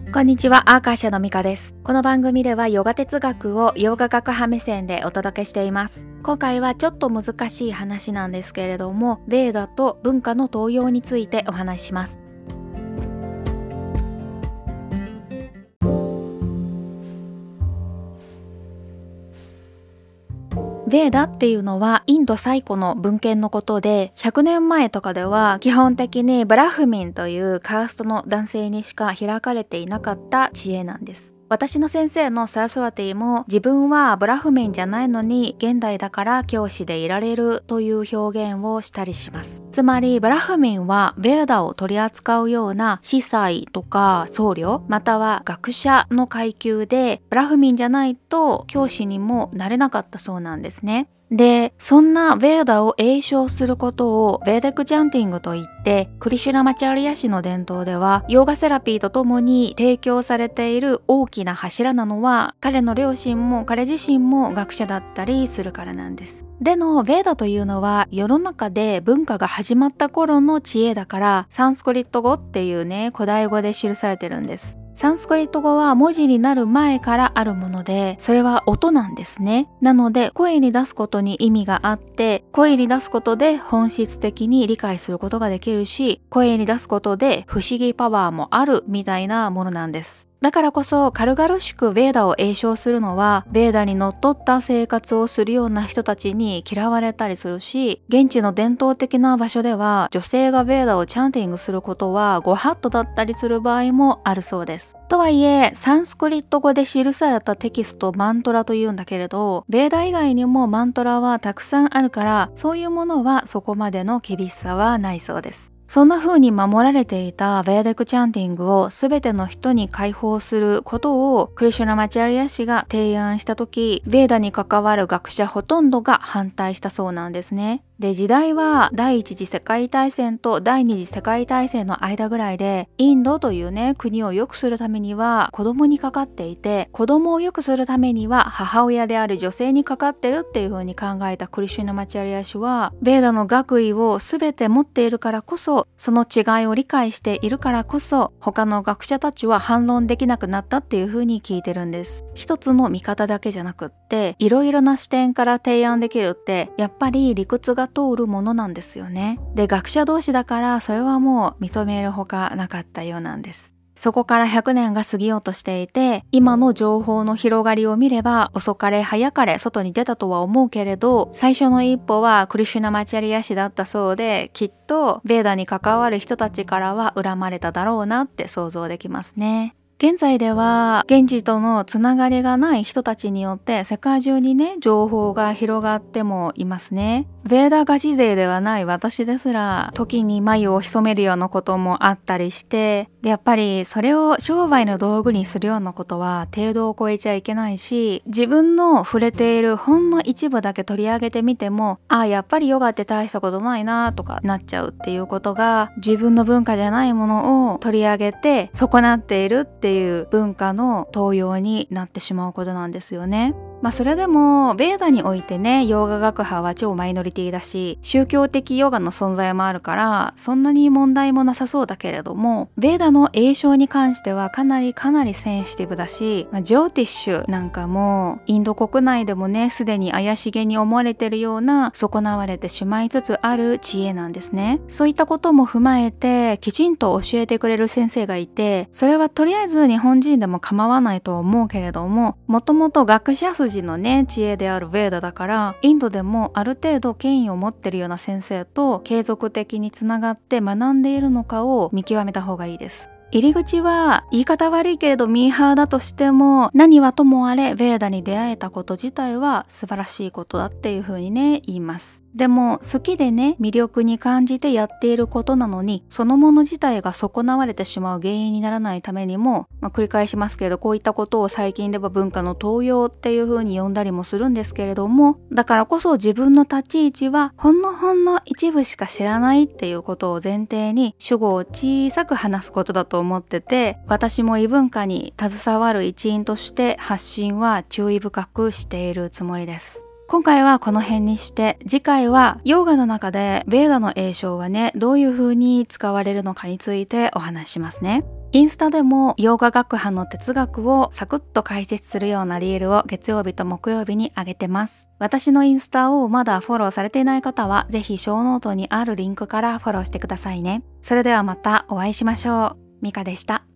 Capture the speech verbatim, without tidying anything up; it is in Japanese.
こんにちは、アーカーシャのミカです。この番組ではヨガ哲学をヨガ学派目線でお届けしています。今回はちょっと難しい話なんですけれども、ヴェーダと文化の登用についてお話しします。ヴェーダっていうのはインド最古の文献のことで、ひゃくねんまえとかでは基本的にブラフミンというカーストの男性にしか開かれていなかった知恵なんです。私の先生のサラスワティも自分はブラフミンじゃないのに現代だから教師でいられるという表現をしたりします。つまりブラフミンはヴェーダを取り扱うような司祭とか僧侶または学者の階級で、ブラフミンじゃないと教師にもなれなかったそうなんですね。で、そんなヴェーダを詠唱することをヴェーデックチャンティングといって、クリシュナマチャリヤ氏の伝統ではヨーガセラピーとともに提供されている大きな柱なのは、彼の両親も彼自身も学者だったりするからなんです。でのヴェーダというのは世の中で文化が始まった頃の知恵だから、サンスクリット語っていうね古代語で記されてるんです。サンスクリット語は文字になる前からあるもので、それは音なんですね。なので声に出すことに意味があって、声に出すことで本質的に理解することができるし、声に出すことで不思議パワーもあるみたいなものなんです。だからこそ軽々しくヴェーダを詠唱するのは、ヴェーダにのっとった生活をするような人たちに嫌われたりするし、現地の伝統的な場所では女性がヴェーダをチャンティングすることはご法度だったりする場合もあるそうです。とはいえサンスクリット語で記されたテキストマントラというんだけれど、ヴェーダ以外にもマントラはたくさんあるから、そういうものはそこまでの厳しさはないそうです。そんな風に守られていたヴェーデックチャンティングを全ての人に解放することをクリシュナマチャリヤ氏が提案した時、ヴェーダに関わる学者ほとんどが反対したそうなんですね。で、時代は第一次世界大戦と第二次世界大戦の間ぐらいで、インドというね国を良くするためには子供にかかっていて、子供を良くするためには母親である女性にかかってるっていう風に考えたクリシュナマチャリヤ氏は、ヴェーダの学位を全て持っているからこそ、その違いを理解しているからこそ、他の学者たちは反論できなくなったっていう風に聞いてるんです。一つの見方だけじゃなくって、いろいろな視点から提案できるって、やっぱり理屈が通るものなんですよね。で、学者同士だからそれはもう認めるほかなかったようなんです。そこからひゃくねんが過ぎようとしていて、今の情報の広がりを見れば遅かれ早かれ外に出たとは思うけれど、最初の一歩はクリシュナマチャリヤ氏だったそうで、きっとヴェーダに関わる人たちからは恨まれただろうなって想像できますね。現在では現地とのつながりがない人たちによって世界中にね情報が広がってもいますね。ヴェーダガチ勢ではない私ですら時に眉を潜めるようなこともあったりして、でやっぱりそれを商売の道具にするようなことは程度を超えちゃいけないし、自分の触れているほんの一部だけ取り上げてみても、ああやっぱりヨガって大したことないなとかなっちゃうっていうことが、自分の文化じゃないものを取り上げて損なっているっていう文化の登用になってしまうことなんですよね。まあそれでもヴェーダにおいてね、ヨガ学派は超マイノリティだし、宗教的ヨガの存在もあるからそんなに問題もなさそうだけれども、ヴェーダの詠唱に関してはかなりかなりセンシティブだし、まあ、ジョーティッシュなんかもインド国内でもねすでに怪しげに思われてるような損なわれてしまいつつある知恵なんですね。そういったことも踏まえてきちんと教えてくれる先生がいて、それはとりあえず日本人でも構わないとは思うけれども、もともと学者筋のね知恵であるヴェーダだから、インドでもある程度権威を持ってるような先生と継続的につながって学んでいるのかを見極めた方がいいです。入り口は言い方悪いけれどミーハーだとしても、何はともあれヴェーダに出会えたこと自体は素晴らしいことだっていう風にね言います。でも好きでね魅力に感じてやっていることなのに、そのもの自体が損なわれてしまう原因にならないためにも、まあ、繰り返しますけれど、こういったことを最近では文化の登用っていう風に呼んだりもするんですけれども、だからこそ自分の立ち位置はほんのほんの一部しか知らないっていうことを前提に主語を小さく話すことだと思ってて、私も異文化に携わる一員として発信は注意深くしているつもりです。今回はこの辺にして、次回はヨーガの中でヴェーダの詠唱はねどういう風に使われるのかについてお話ししますね。 インスタでもヨガ学派の哲学をサクッと解説するようなリールを月曜日と木曜日に上げてます。私のインスタをまだフォローされていない方はぜひショーノートにあるリンクからフォローしてくださいね。それではまたお会いしましょう。ミカでした。